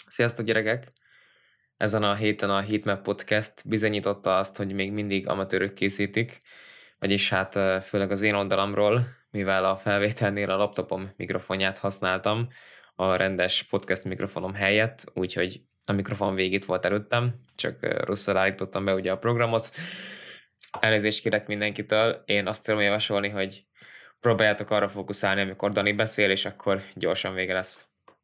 Sziasztok gyerekek! Ezen a héten a Heatmap Podcast bizonyította azt, hogy még mindig amatőrök készítik, vagyis hát főleg az én oldalamról, mivel a felvételnél a laptopom mikrofonját használtam a rendes podcast mikrofonom helyett, úgyhogy a mikrofon végig volt előttem, csak rosszul állítottam be ugye a programot. Elnézést kérek mindenkitől, én azt tudom javasolni, hogy próbáljátok arra fókuszálni, amikor Dani beszél, és akkor gyorsan vége lesz.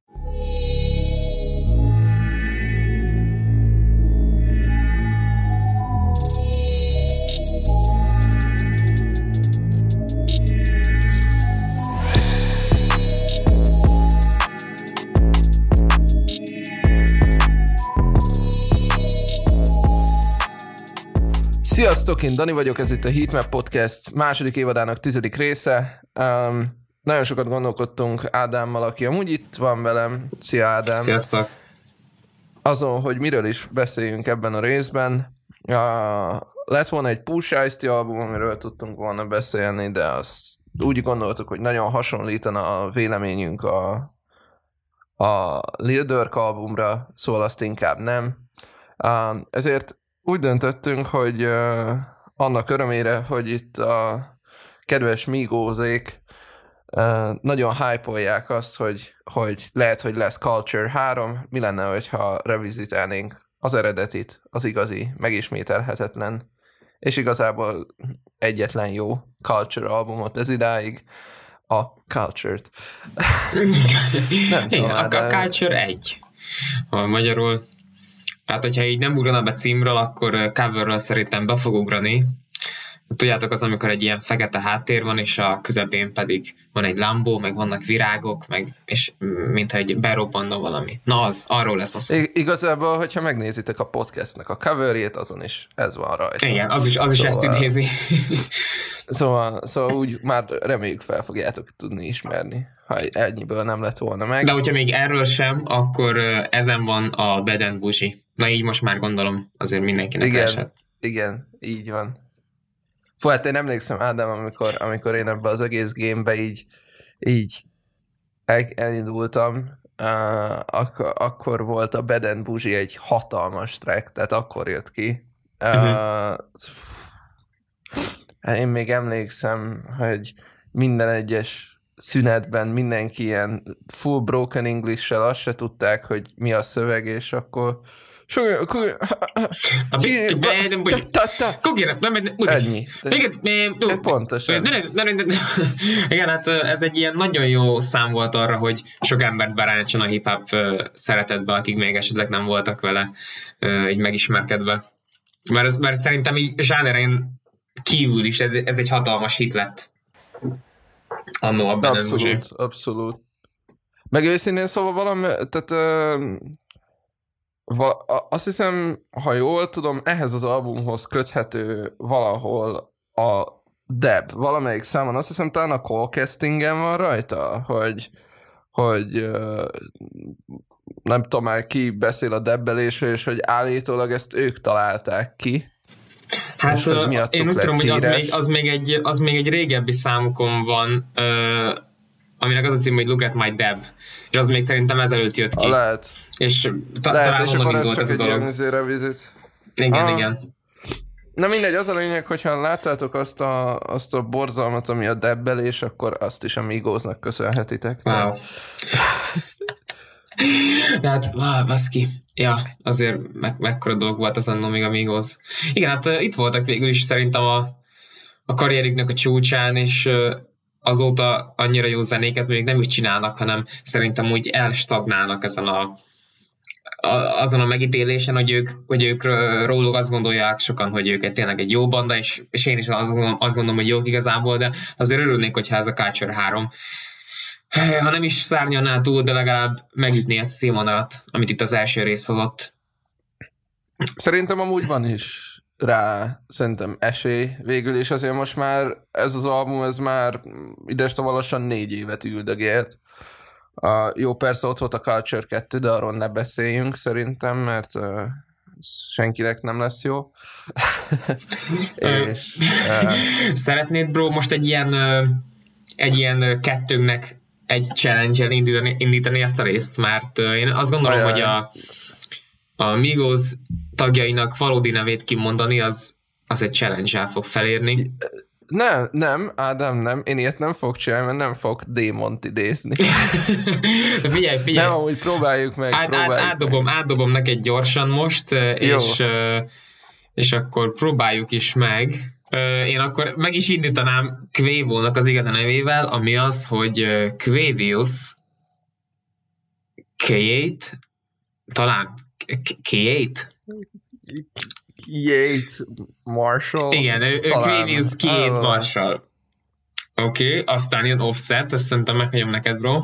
Sziasztok, én Dani vagyok, ez itt a Heatmap Podcast második évadának 10. része. Nagyon sokat gondolkodtunk Ádámmal, aki amúgy itt van velem. Szia Ádám! Sziasztok! Azon, hogy miről is beszéljünk ebben a részben. Lett volna egy Push Ice-T album, amiről tudtunk volna beszélni, de azt úgy gondoltuk, hogy nagyon hasonlítana a véleményünk a Lil Durk albumra, szóval azt inkább nem. Ezért úgy döntöttünk, hogy annak örömére, hogy itt a kedves Migózék nagyon hype-olják azt, hogy lehet, hogy lesz Culture 3, mi lenne, hogyha revizitálnénk az eredetit, az igazi, megismételhetetlen, és igazából egyetlen jó Culture albumot ez idáig, a Culture-t. Nem tudom, a Culture 1. Magyarul, hát hogyha így nem ugrana be címről, akkor coverről szerintem be fog ugrani. Tudjátok, az, amikor egy ilyen fekete háttér van, és a közepén pedig van egy Lambo, meg vannak virágok, és mintha egy berobbanna valami. Na arról lesz most. Igazából, hogyha megnézitek a podcastnek a coverjét, azon is ez van rajta. Igen, az is ezt idézi. Szóval úgy már reméljük fel fogjátok tudni ismerni, ha ennyiből nem lett volna meg. De hogyha még erről sem, akkor ezen van a Bad and Bougie. Na így most már gondolom azért mindenkinek esett. Igen, így van. Hát én emlékszem, Ádám, amikor én ebbe az egész gamebe így elindultam, akkor volt a Bad and Bougie egy hatalmas track, tehát akkor jött ki. Én még emlékszem, hogy minden egyes szünetben mindenki ilyen full broken English-sel azt se tudták, hogy mi a szöveg, és akkor ennyi. Pontosan. Igen, hát ez egy ilyen nagyon jó szám volt arra, hogy sok embert berántson a hip-hop szeretetbe, akik még esetleg nem voltak vele így megismerkedve. Mert szerintem így zsánerén kívül is ez egy hatalmas hit lett. Annó a Bad and Bougie. Abszolút. Meg őszintén szóval valami, tehát azt hiszem, ha jól tudom, ehhez az albumhoz köthető valahol a Deb, valamelyik számon, azt hiszem talán a Callcastingen van rajta, hogy nem tudom már ki beszél a Debbelésről, és hogy állítólag ezt ők találták ki. Hát én úgy tudom, hogy az még egy régebbi számukon van, aminek az a cím, hogy Look at my Deb, és az még szerintem ezelőtt jött ki. Lehet. És lehet, és akkor ez csak egy ilyen revizit. Igen. Na mindegy, az a lényeg, hogyha láttátok azt a borzalmat, ami a Debbelés, akkor azt is a Migóznak köszönhetitek. Wow. Hát, baszki. Ja, azért mekkora dolog volt az annól még a Migóz. Igen, hát itt voltak végül is szerintem a karrierüknek a csúcsán, és azóta annyira jó zenéket még nem is csinálnak, hanem szerintem úgy elstagnálnak azon a megítélésen, hogy ők róluk azt gondolják sokan, hogy ők tényleg egy jó banda, és én is azt gondolom, hogy jók igazából, de azért örülnék, hogyha ez a Culture 3, ha nem is szárnyalná túl, de legalább megütné ezt a színvonalat, amit itt az első rész hozott. Szerintem amúgy van is rá szerintem esély végül, és azért most már ez az album, ez már idestavalassan 4 évet üldögélt. Jó, persze ott volt a Culture 2, de arról ne beszéljünk szerintem, mert senkinek nem lesz jó. És, szeretnéd, bro, most egy ilyen kettőnknek egy challenge-el indítani ezt a részt, mert én azt gondolom, hogy a Migos tagjainak valódi nevét kimondani, az egy challenge-el fog felérni. Nem, Ádám, nem. Én ilyet nem fog csinálni, mert nem fog démont idézni. Figyelj. Nem, amúgy próbáljuk meg. Átdobom neked gyorsan most, és akkor próbáljuk is meg. Én akkor meg is indítanám Quavo-nak az igazán nevével, ami az, hogy Quavius K8, talán K8? K8 Marshall. Igen, ő Quavius K8 Marshall. Oké, aztán jön Offset, ezt szerintem meghagyom neked, bro.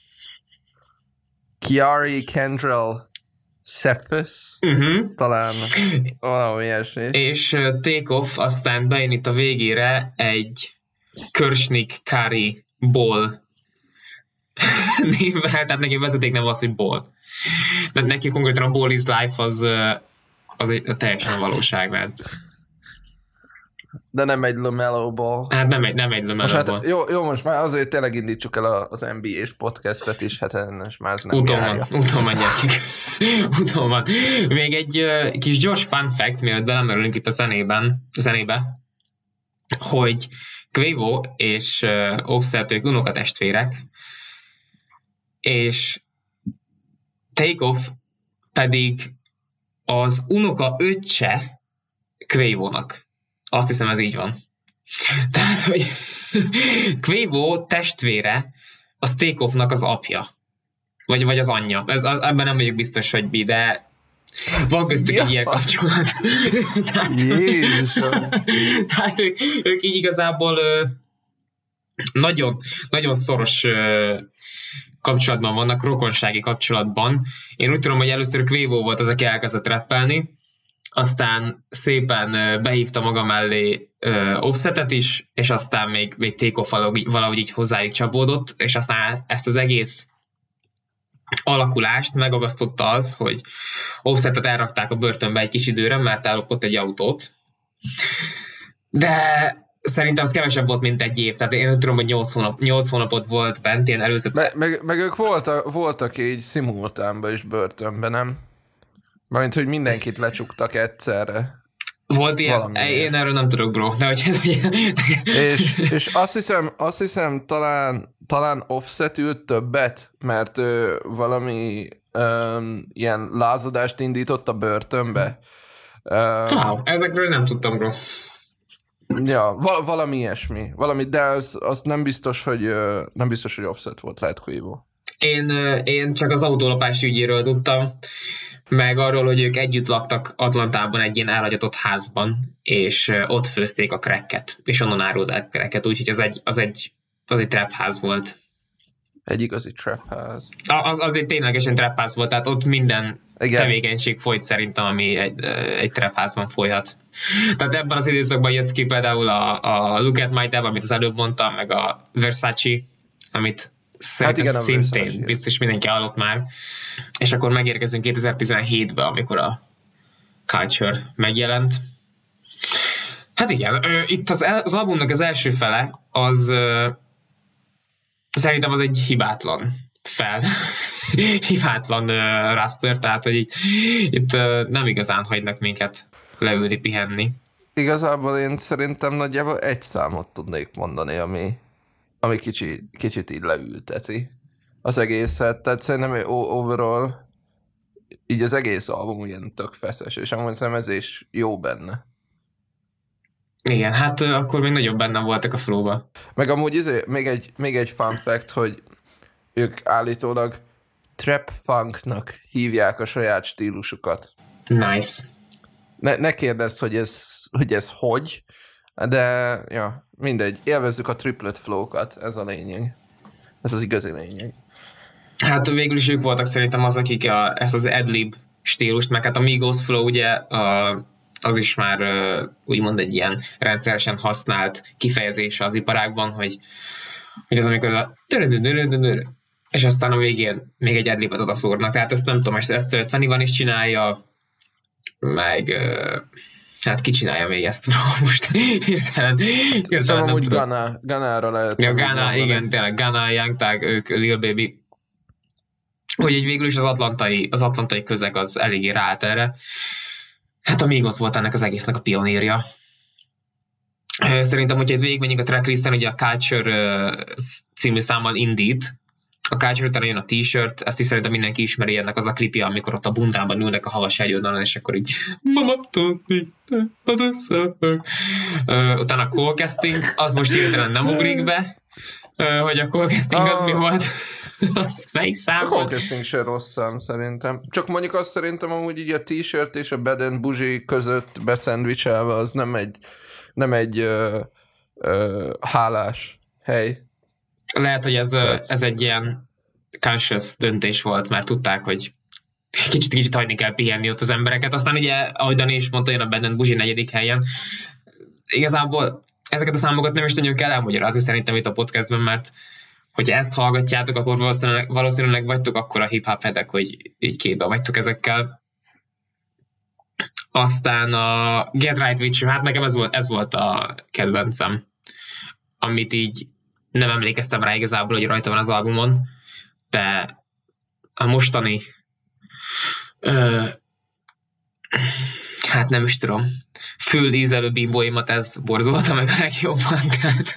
Kiari Kendrell Cephas, talán valami ilyesmi. És Takeoff aztán bejön itt a végére egy Kershnik Kari Ball névvel, tehát neki vezeték nem az, hogy Ball. Tehát neki konkrétan a Ball is Life az egy teljesen a valóság, mert... De nem egy LaMelo Ball. Hát nem egy LaMelo Ball. Jó, most már azért tényleg indítsuk el az NBA-s podcastet is, hát ennek már ez nem járja. Úton van. Még egy kis gyors fun fact, mielőtt belemerülünk itt a zenébe, hogy Quavo és Offset ők unokatestvérek, és Takeoff pedig az unoka öccse Quavo-nak. Azt hiszem, ez így van. Tehát, hogy Quavo testvére az Takeoffnak az apja. Vagy az anyja. Ebben nem vagyok biztos, hogy mi, de van köztük egy ilyen kapcsolat. Jézusom! Tehát ők így igazából nagyon, nagyon szoros kapcsolatban vannak, rokonsági kapcsolatban. Én úgy tudom, hogy először Quavo volt az, aki elkezdett rappelni, aztán szépen behívta maga mellé Offsetet is, és aztán még Takeoff valahogy így hozzájuk csapódott, és aztán ezt az egész alakulást megagasztotta az, hogy Offsetet elrakták a börtönbe egy kis időre, mert ellopott egy autót. De szerintem az kevesebb volt, mint egy év. Tehát én tudom, hogy 8 hónapot volt bent, ilyen előzött... Meg ők voltak így szimultánban is börtönben, nem? Mármint, hogy mindenkit lecsuktak egyszerre. Volt ilyen? Valamiért. Én erről nem tudok, bro. De és azt hiszem talán Offset ült többet, mert valami ilyen lázadást indított a börtönbe. Ezekről nem tudtam, bro. Ja, valami ilyesmi. De az nem biztos, hogy Offset volt, lehet Quavo. Én csak az autólopás ügyéről tudtam, meg arról, hogy ők együtt laktak Atlantában egy ilyen elhagyatott házban, és ott főzték a cracket, és onnan árulták cracket, úgyhogy az egy trap ház volt. Egy igazi trap ház. Az egy ténylegesen trap ház volt, tehát ott minden tevékenység folyt szerintem, ami egy trap házban folyhat. Tehát ebben az időszakban jött ki például a Look at My Tab, amit az előbb mondtam, meg a Versace, amit szerintem szintén biztos mindenki hallott már. És akkor megérkezünk 2017-be, amikor a Culture megjelent. Hát igen, itt az albumnak az első fele, az szerintem az egy hibátlan raster, tehát hogy itt nem igazán hagynak minket leülni, pihenni. Igazából én szerintem nagyjából egy számot tudnék mondani, ami kicsit így leülteti az egészet. Tehát szerintem overall így az egész album ilyen tök feszes, és amúgy szerintem ez is jó benne. Igen, hát akkor még nagyobb benne voltak a flowba. Meg amúgy még egy fun fact, hogy ők állítólag trap funknak hívják a saját stílusukat. Nice. Ne kérdezz, hogy ez hogy, de ja, mindegy. Élvezzük a triplet flow-kat, ez a lényeg. Ez az igazi lényeg. Hát végül is ők voltak szerintem az, akik ezt az adlib stílust, meg hát a Migos flow ugye az is már úgymond egy ilyen rendszeresen használt kifejezése az iparágban, hogy az amikor és aztán a végén még egy adlibet oda szórnak. Tehát ezt nem tudom, ezt 20 is csinálja, meg Hát ki csinálja még ezt most? Hirtelen Szóval nem úgy tudom. Ghana-ra lehet. Ja, Ghana, igen, tényleg Ghana, Young Thug, ők Lil Baby. Hogy így végül is az atlantai közeg az eléggé ráállt erre. Hát a Migos volt ennek az egésznek a pionírja. Szerintem, hogyha itt végigmenjünk a tracklisten, ugye a Culture című számmal Indeed, a Culture után jön a T-shirt, ezt is szerintem mindenki ismeri, ennek az a klipje, amikor ott a bundában ülnek a havas hegyoldalon, és akkor így Mama told me that I suffer. Utána a Cold Casting, az most hirtelen nem ugrik be, hogy a Cold Casting az mi volt. Az melyik szám A volt? Cold Casting se rossz szám szerintem. Csak mondjuk azt szerintem amúgy így a T-shirt és a Bad and Bougie között beszendvicselve az nem egy hálás hely. Lehet, hogy ez egy ilyen conscious döntés volt, mert tudták, hogy kicsit hagyni kell pihenni ott az embereket. Aztán ugye, ahogy Dani is mondta, jön a Bad and Bougie 4. helyen. Igazából ezeket a számokat nem is nagyon kell elmagyarázni szerintem itt a podcastben, mert hogyha ezt hallgatjátok, akkor valószínűleg vagytok akkor a hip-hop hedek, hogy így képbe vagytok ezekkel. Aztán a Get Right With You, hát nekem ez volt a kedvencem, amit így nem emlékeztem rá igazából, hogy rajta van az albumon, de a mostani hát nem is tudom, főlízelő bimbóimat ez borzolta meg a legjobban, tehát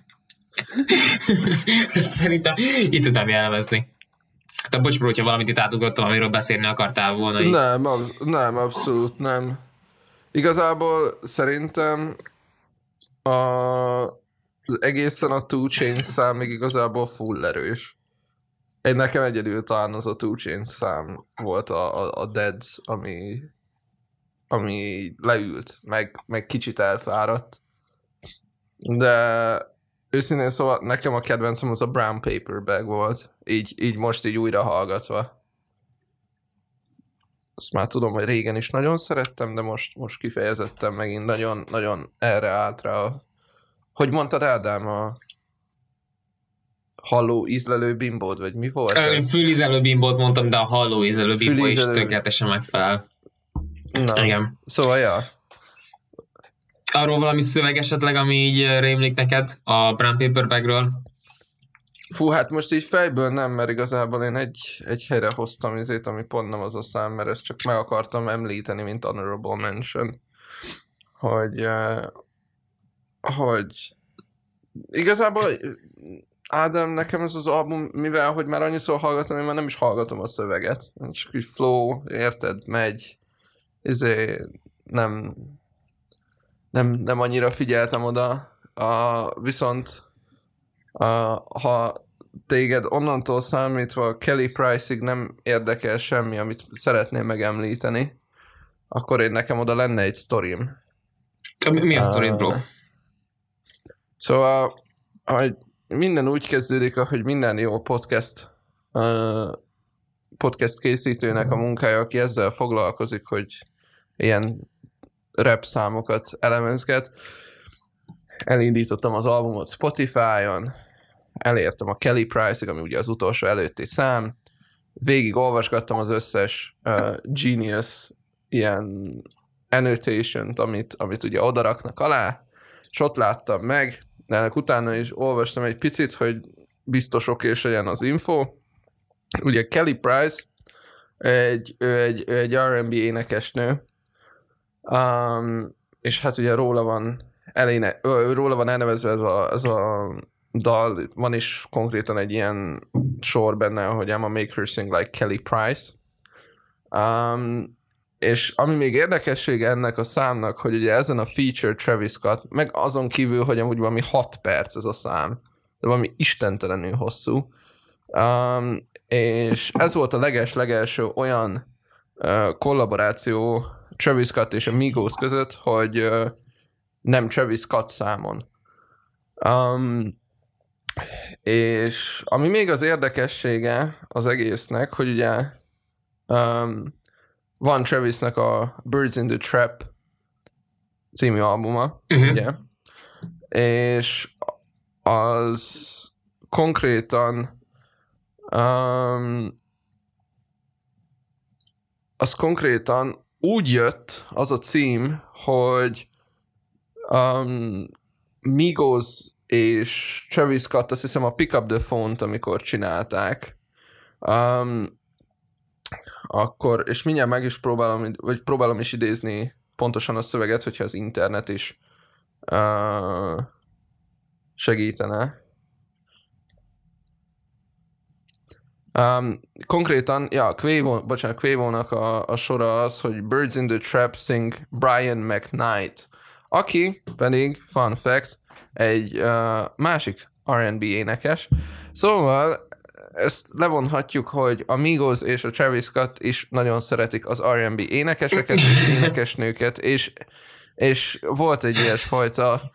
szerintem így tudtam jellemezni. De bocs, bro, hogyha valamit itt átugrottam, amiről beszélni akartál volna így. Nem, abszolút nem. Igazából szerintem az egészen a 2 Chainz szám még igazából full erős. Nekem egyedül talán az a 2 Chainz szám volt a Deads, ami leült, meg kicsit elfáradt. De őszintén szóval nekem a kedvencem az a Brown Paper Bag volt. Így most így újra hallgatva. Azt már tudom, hogy régen is nagyon szerettem, de most kifejezetten megint nagyon erre állt rá. Hogy mondtad, Ádám, a halló ízlelő bimbód, vagy mi volt ez? Fülízelő bimbót mondtam, de a halló ízlelő bimbó is tökéletesen megfelel. Na, igen. Szóval, ja. Arról valami szöveg esetleg, ami így rémlik neked a Brown Paper Bagről? Fú, hát most így fejből nem, mert igazából én egy helyre hoztam izét, ami pont nem az a szám, mert ezt csak meg akartam említeni, mint honorable mention, hogy igazából Ádám, nekem ez az album, mivel hogy már annyiszor hallgatom, én már nem is hallgatom a szöveget. Csak így flow, érted, megy. Nem annyira figyeltem oda. Viszont ha téged onnantól számítva Kelly Price-ig nem érdekel semmi, amit szeretném megemlíteni, akkor nekem oda lenne egy sztorim. Mi a sztorid, bro? Szóval, hogy minden úgy kezdődik, ahogy minden jó podcast készítőnek a munkája, aki ezzel foglalkozik, hogy ilyen rap számokat elemezget. Elindítottam az albumot Spotify-on, elértem a Kelly Price-ig, ami ugye az utolsó előtti szám, végig olvasgattam az összes Genius ilyen annotation-t, amit ugye odaraknak alá, és ott láttam meg, de ennek utána is olvastam egy picit, hogy biztos okés legyen az info. Ugye Kelly Price egy R&B énekesnő, és hát ugye róla van elnevezve ez a dal, van is konkrétan egy ilyen sor benne, hogy I'm a make her sing like Kelly Price. És ami még érdekesség ennek a számnak, hogy ugye ezen a feature Travis Scott, meg azon kívül, hogy amúgy valami 6 perc ez a szám, de valami istentelenül hosszú. És ez volt a legelső olyan kollaboráció Travis Scott és a Migos között, hogy nem Travis Scott számon. És ami még az érdekessége az egésznek, hogy ugye van Travisnek a Birds in the Trap című albuma, ugye? És az konkrétan úgy jött az a cím, hogy Migos és Travis Scott, azt hiszem a Pick Up the Phone-t, amikor csinálták, akkor, és mindjárt meg is próbálom is idézni pontosan a szöveget, hogyha az internet is segítene. Konkrétan, Quavo-nak a sora az, hogy Birds in the Trap sing Brian McKnight, aki pedig, fun fact, egy másik R&B énekes. Szóval ezt levonhatjuk, hogy a Migos és a Travis Scott is nagyon szeretik az R&B énekeseket és énekesnőket, és volt egy ilyesfajta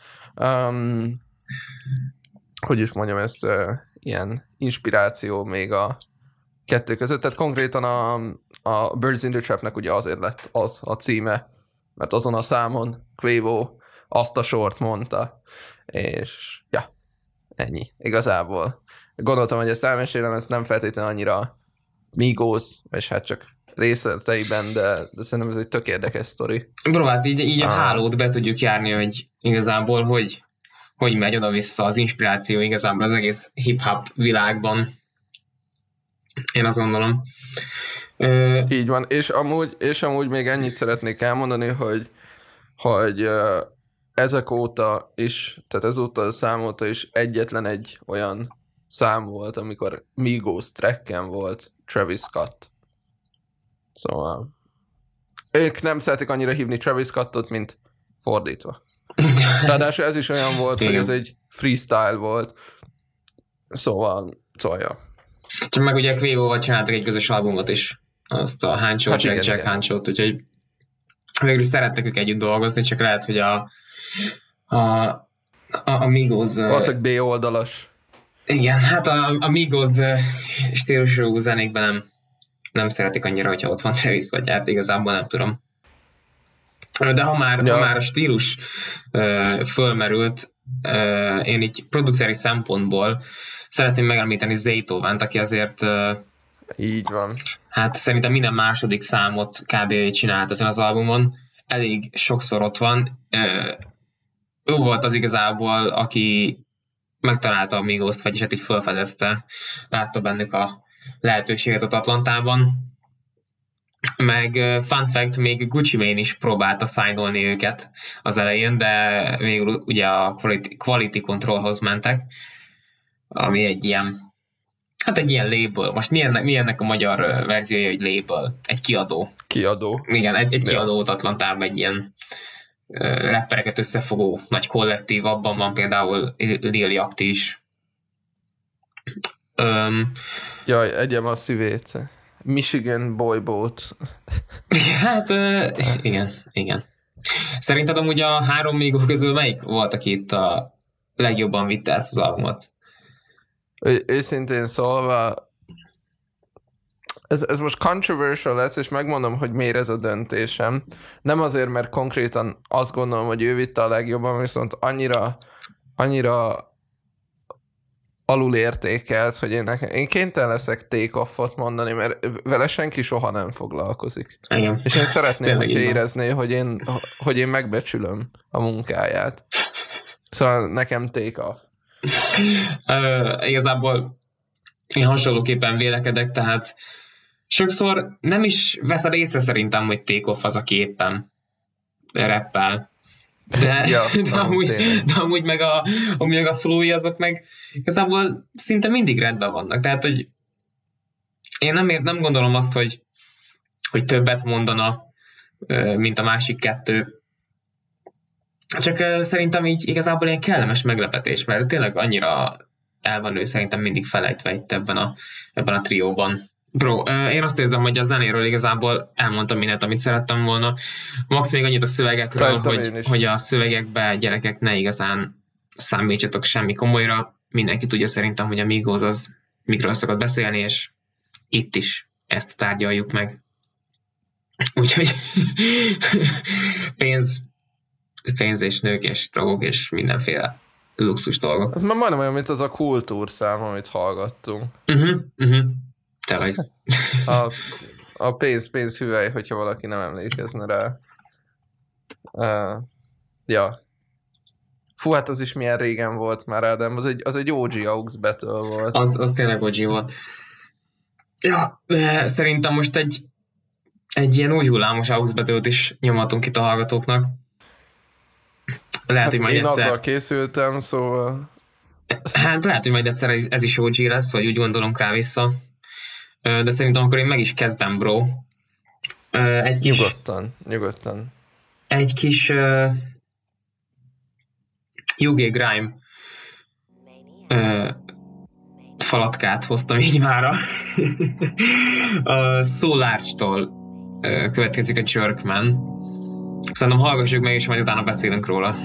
hogy is mondjam ezt, ilyen inspiráció még a kettő között. Tehát konkrétan a Birds in the Trapnek ugye azért lett az a címe, mert azon a számon Quavo azt a sort mondta, és ja, ennyi, igazából. Gondoltam, hogy ezt elmesélem, ez nem feltétlenül annyira Migos, és hát csak részleteiben, de szerintem ez egy tök érdekes sztori. Bro, hát így a hálót be tudjuk járni, hogy igazából hogy megy oda-vissza az inspiráció igazából az egész hip-hop világban. Én azt gondolom. Így van, és amúgy még ennyit szeretnék elmondani, hogy ezek óta is, tehát ezóta a szám óta is egyetlen egy olyan szám volt, amikor Migos tracken volt Travis Scott. Szóval ők nem szeretik annyira hívni Travis Scottot, mint fordítva. Ráadásul ez is olyan volt, hogy ez egy freestyle volt. Szóval ja. Csak meg ugye Quavo-val csináltak egy közös albumot is. Azt a Hancho, hát Jack Hancho-t, úgyhogy végül is szerettek ők együtt dolgozni, csak lehet, hogy a Migos... Valószínűleg B oldalas. Igen, hát a Migos stílusú zenékben nem szeretik annyira, hogyha ott van Travis, vagy hát igazából nem tudom. De ha már a stílus fölmerült, én így produceri szempontból szeretném megemlíteni Zaytovant, aki azért így van. Hát szerintem minden második számot kb. Csinált ezen az albumon. Elég sokszor ott van. Ő volt az igazából, aki megtalálta a Migos-t, vagyis hát így felfedezte. Látta bennük a lehetőséget ott Atlantában. Meg fun fact, még Gucci Mane is próbálta signolni őket az elején, de végül ugye a quality controlhoz mentek, ami egy ilyen label. Most mi ennek a magyar verziója, hogy label? Egy kiadó. Kiadó. Igen, egy kiadó Atlantában, egy ilyen rappereket összefogó nagy kollektív, abban van például Lil Yachty is. Jaj, egyem a szívét. Michigan Boy Boat. Hát, igen. Szerinted amúgy a 3 Migos közül melyik volt, aki itt a legjobban vitte ezt az albumot? Őszintén szólva, ez most controversial lesz, és megmondom, hogy miért ez a döntésem. Nem azért, mert konkrétan azt gondolom, hogy ő vitte a legjobban, viszont annyira alulértékelt, hogy én kénytelen leszek take-offot mondani, mert vele senki soha nem foglalkozik. Igen. És én szeretném, hogyha érezné, hogy én megbecsülöm a munkáját. Szóval nekem take-off. Igazából én hasonlóképpen vélekedek, tehát sokszor nem is veszed észre szerintem, hogy take-off az, aki éppen rappel. De amúgy meg a flow-i azok meg igazából szinte mindig rendben vannak. Tehát, hogy én nem gondolom azt, hogy többet mondana, mint a másik kettő. Csak szerintem így igazából ilyen kellemes meglepetés, mert tényleg annyira el van ő szerintem mindig felejtve itt ebben a trióban. Bro, én azt érzem, hogy a zenéről igazából elmondtam mindent, amit szerettem volna. Max még annyit a szövegekről, hogy a szövegekbe gyerekek ne igazán számítsatok semmi komolyra. Mindenki tudja szerintem, hogy a Migos az mikről szokott beszélni, és itt is ezt tárgyaljuk meg. Úgyhogy pénz és nők és drogok és mindenféle luxus dolgok. Ez már majdnem olyan, mint az a kultúrszám, amit hallgattunk. Tényleg. a pénz hüvely, hogyha valaki nem emlékezne rá. Ja. Fú, hát az is milyen régen volt már, Ádám, az egy OG AUX Battle volt. Az tényleg OG volt. Ja, szerintem most egy ilyen új hullámos AUX Battle-t is nyomhatunk itt a hallgatóknak. Lehet, hogy majd én egyszer... azzal készültem, szóval... Hát lehet, hogy majd egyszer ez is OG lesz, vagy úgy gondolunk rá vissza. De szerintem akkor én meg is kezdem, bro. Nyugodtan. Egy kis UG Grime falatkát hoztam így mára. A Solarge-tól következik a Jerkman. Szerintem hallgassuk meg, és majd utána beszélünk róla.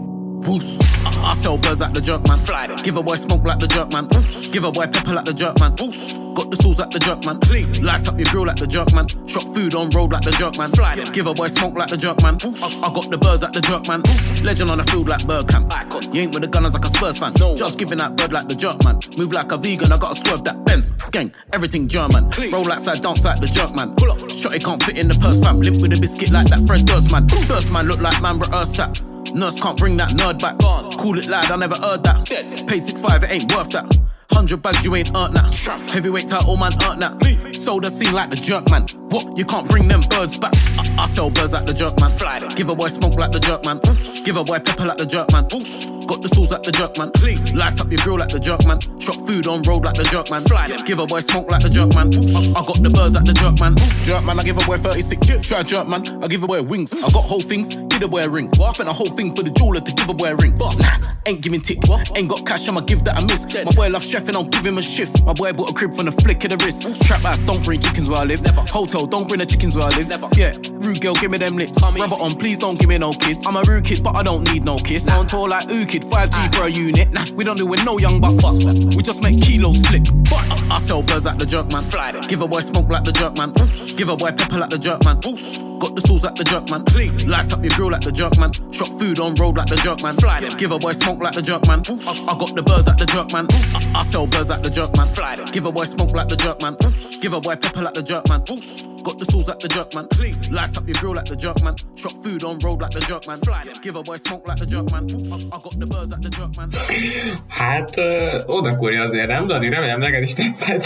I sell birds like the Jerkman. Give a boy smoke like the Jerkman. Give a boy pepper like the Jerkman. Got the sauce like the Jerkman. Light up your grill like the Jerkman. Shop food on road like the Jerkman. Give a boy smoke like the Jerkman. I got the birds like the Jerkman. Legend on the field like Bergkamp. You ain't with the gunners like a Spurs fan. Just giving that bird like the Jerkman. Move like a vegan, I gotta swerve that Benz. Skeng, everything German. Roll outside, dance like the Jerkman. Shot it can't fit in the purse fam. Limp with a biscuit like that Fred Durst man. Durst man look like Mambra Erstat. Nurse can't bring that nerd back. Call it loud, I never heard that. Paid 6.5, it ain't worth that. 100 bags, you ain't earned that. Heavyweight title, man, earned that. Sold a scene like the Jerkman. What? You can't bring them birds back. I sell birds like the Jerkman. Give a boy smoke like the Jerkman. Give a boy pepper like the Jerkman. Got the sauce like the Jerkman. Light up your grill like the Jerkman. Shop food on road like the Jerkman. Give a boy smoke like the Jerkman. I got the birds like the Jerkman. Jerkman, I give a boy 36. Try Jerkman, I give a boy wings. I got whole things, give a boy a ring. Spent a whole thing for the jeweler to give a boy a ring. Nah, ain't giving tick. Ain't got cash, I'ma give that a miss. My boy loves chefing, I'll give him a shift. My boy bought a crib from the flick of the wrist. Trap house, don't bring chickens where I live. Hotel, don't bring the chickens where I live. Yeah, rude girl, give me them lips. Rubber on, please don't give me no kids. I'm a rude kid, but I don't need no kiss. On tour like ooh kid, 5G for a unit. Nah, we don't do with no young bucks. We just make kilos flip. I sell birds like the Jerkman. Give a boy smoke like the Jerkman. Give a boy pepper like the Jerkman. Got the sauce like the Jerkman. Light up your grill like the Jerkman. Shop food on road like the Jerkman. Give a boy smoke like the Jerkman. I got the birds like the Jerkman. I sell birds like the Jerkman. Give a boy smoke like the Jerkman. Give a boy pepper like the Jerkman. Got the sauce like the Jerkman. Light up your grill like the Jerkman. Shop food on road like the Jerkman. Give a boy smoke like the Jerkman. I got the birds like the Jerkman. Hát odakúrja azért, nem? Dani, remélem neked is tetszett.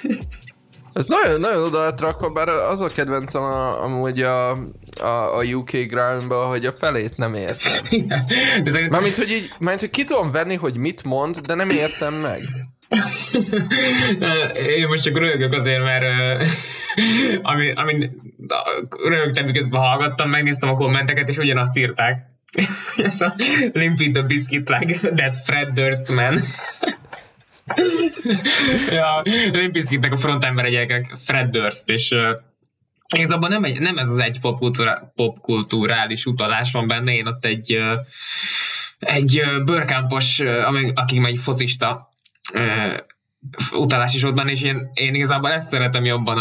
Ez nagyon oda lett rakva, bár az a kedvencem amúgy a UK Grime-ba, hogy a felét nem értem. Mármint, hogy ki tudom venni, hogy mit mond, de nem értem meg. Én most csak röhögök azért, mert amin röhögtem, miközben hallgattam, megnéztem a kommenteket, és ugyanazt írták. Ez a Limp with the Biscuit like that Fred Durst man. Ja, Limp Bizkitnek a frontember gyerekek Fred Durst, és igazából nem ez az egy popkulturális utalás van benne, én ott egy bőrkámpos, aki egy focista utalás is ott benne, és én igazából ezt szeretem jobban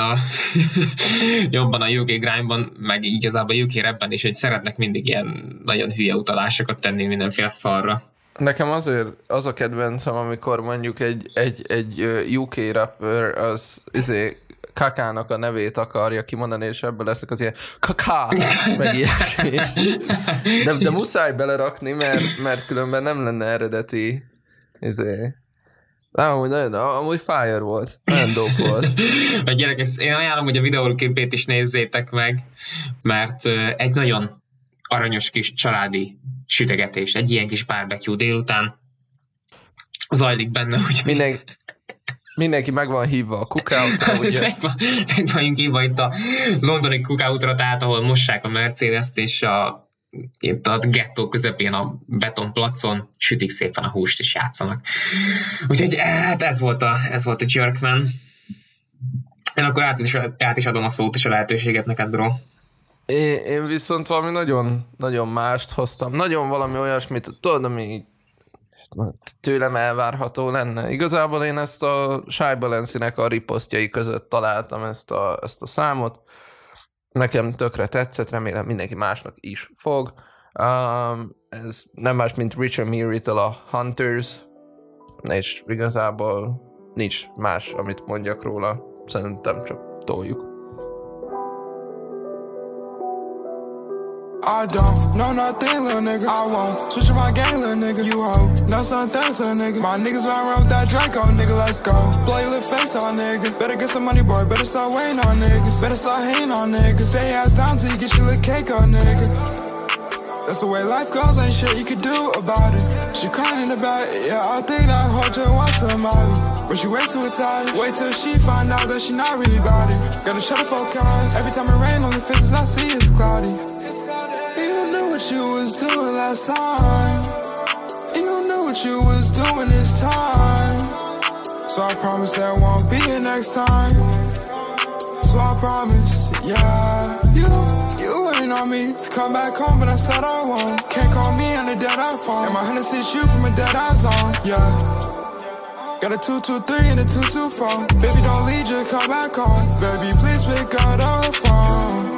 a UK Grime-ban, meg igazából a UK Rap-ben is, hogy szeretnek mindig ilyen nagyon hülye utalásokat tenni mindenféle szarra. Nekem azért az a kedvencem, amikor mondjuk egy UK rapper az kakának a nevét akarja kimondani, és ebből lesznek az ilyen kaká, meg ilyesmi. De muszáj belerakni, mert különben nem lenne eredeti amúgy fire volt. Nagyon dope volt. A gyerekek, én ajánlom, hogy a videóképét is nézzétek meg, mert egy nagyon aranyos kis családi sütegetés, egy ilyen kis barbecue délután zajlik benne, hogy... Mindenki meg van hívva a cookoutra, ugye? meg vagyunk hívva itt a londoni cookoutra, tehát ahol mossák a Mercedes-t, és itt a gettó közepén a betonplacon sütik szépen a húst, és játszanak. Úgyhogy hát ez volt a Jerkman. Én akkor át is adom a szót és a lehetőséget neked, bro. Én viszont valami nagyon, nagyon mást hoztam. Nagyon valami olyasmit, tudod, ami tőlem elvárható lenne. Igazából én ezt a Shy Balance-nek a riposztjai között találtam ezt a számot. Nekem tökre tetszett, remélem mindenki másnak is fog. Ez nem más, mint Richard Mary-től a Hunters, és igazából nincs más, amit mondjak róla. Szerintem csak toljuk. I don't know nothing, little nigga. I won't switch my game, little nigga. You hoe, know some things, little nigga. My niggas run around with that Draco, nigga. Let's go. Blow your little face on, nigga. Better get some money, boy. Better start waiting on niggas. Better start hating on niggas. Stay ass down till you get your little cake on, nigga. That's the way life goes, ain't shit you can do about it. She crying in the back, yeah, I think that hoe just wants some Molly. But she way too tired, wait till she find out that she not really about it. Gotta shut the focus, every time it rain on the faces I see is cloudy. You knew what you was doing last time. You knew what you was doing this time. So I promise there won't be a next time. So I promise, yeah. You ain't on me to come back home, but I said I won't. Can't call me on the dead-eye phone. And my hand hit you from a dead-eye zone, yeah. Got a 223 and a 224. Baby, don't leave, just come back home. Baby, please pick up the phone.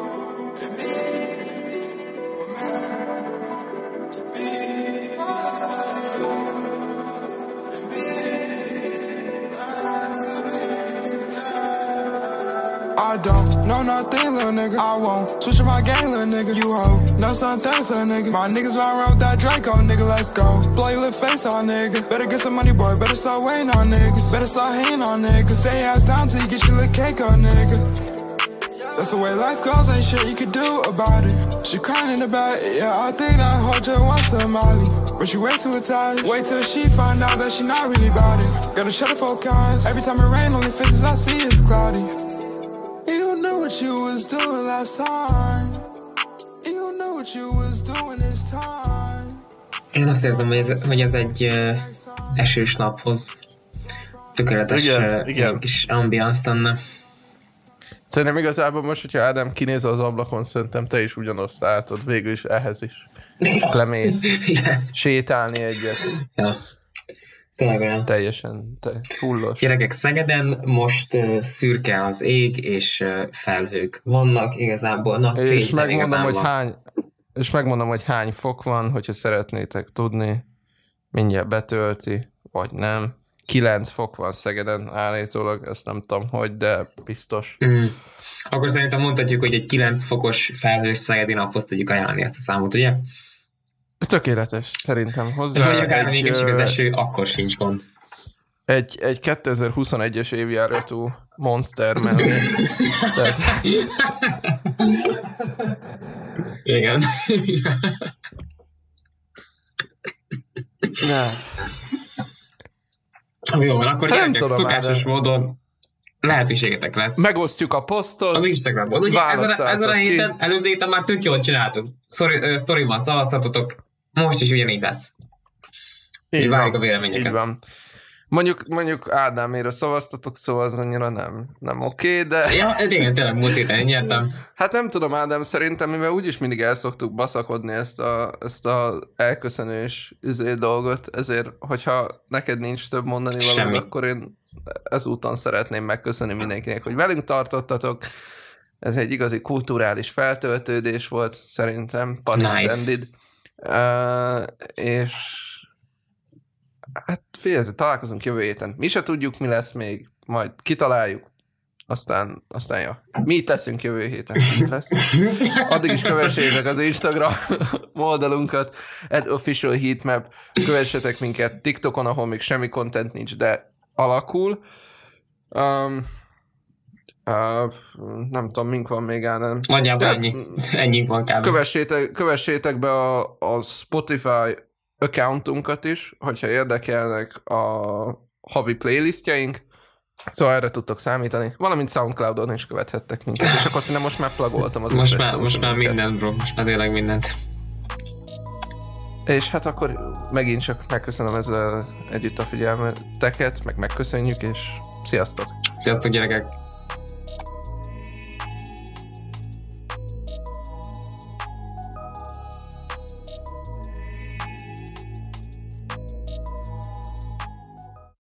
I don't know nothing, little nigga. I won't switch my game, little nigga. You hoe, know some things, little nigga. My niggas run around with that Draco, nigga. Let's go. Blow your little face on, nigga. Better get some money, boy. Better start waiting on niggas. Better start hating on niggas. Stay ass down till you get your little cake on, nigga. That's the way life goes, ain't shit you can do about it. She crying in the back, yeah, I think that hoe just wants some Molly. But she way too tired, wait till she find out that she not really about it. Gotta shut the focus, every time it rain on the faces I see is cloudy. You knew what you was doing last time. You knew what you was doing this time. Én azt érzem, hogy ez egy esős naphoz tökéletes kis ambiance lenne. Szerintem igazából most, hogyha Ádám kinéz az ablakon, szerintem te is ugyanazt látod, végül is ehhez is. És lemész sétálni egyet. Ja. Tényleg. Teljesen fullos. Gyerekek, Szegeden most szürke az ég, és felhők vannak igazából. És megmondom, hogy hány fok van, hogyha szeretnétek tudni. Mindjárt betölti, vagy nem. 9 fok van Szegeden állítólag, ezt nem tudom hogy, de biztos. Akkor szerintem mondhatjuk, hogy egy 9 fokos felhős szegedi naphoz tudjuk ajánlani ezt a számot, ugye? Ez tökéletes, szerintem hozzá. Vagy akár még is az eső, akkor sincs gond. Egy 2021-es évjáratú Monster mellé. Tehát... Igen. Jó van, akkor gyerekek, szokásos módon lehetőségetek lesz. Megosztjuk a posztot. Az Instagramon. Ugye ezen a héten, előző héten már tök jól csináltuk. Sztoriban szavazhatotok, most is ugyanígy lesz. Így várjuk a véleményeket. Így van. Mondjuk Ádámére szavaztatok, szóval az annyira nem oké, de... Ja, igen, tényleg múlt héten nyertem. Hát nem tudom, Ádám, szerintem, mivel úgyis mindig el szoktuk baszakodni ezt a elköszönős dolgot, ezért, hogyha neked nincs több mondani valami, akkor én ezúton szeretném megköszönni mindenkinek, hogy velünk tartottatok. Ez egy igazi kulturális feltöltődés volt, szerintem. Nice. És hát figyelj, találkozunk jövő héten. Mi se tudjuk, mi lesz még, majd kitaláljuk. Aztán ja. Mi itt leszünk jövő héten. Itt lesz. Addig is kövessétek az Instagram oldalunkat, @officialheatmap. Kövessetek minket TikTokon, ahol még semmi content nincs, de alakul. Nem tudom, mink van még Ádám. Nagyjából ennyi van kb. Kövessétek be a Spotify accountunkat is, hogyha érdekelnek a havi playlistjeink. Szóval erre tudtok számítani. Valamint Soundcloudon is követhettek minket, és akkor szerintem most már plugoltam az most már mindent, bro. Most már tényleg mindent. És hát akkor megint csak megköszönöm ezzel együtt a figyelmeteket, meg megköszönjük, és sziasztok! Sziasztok, gyerekek!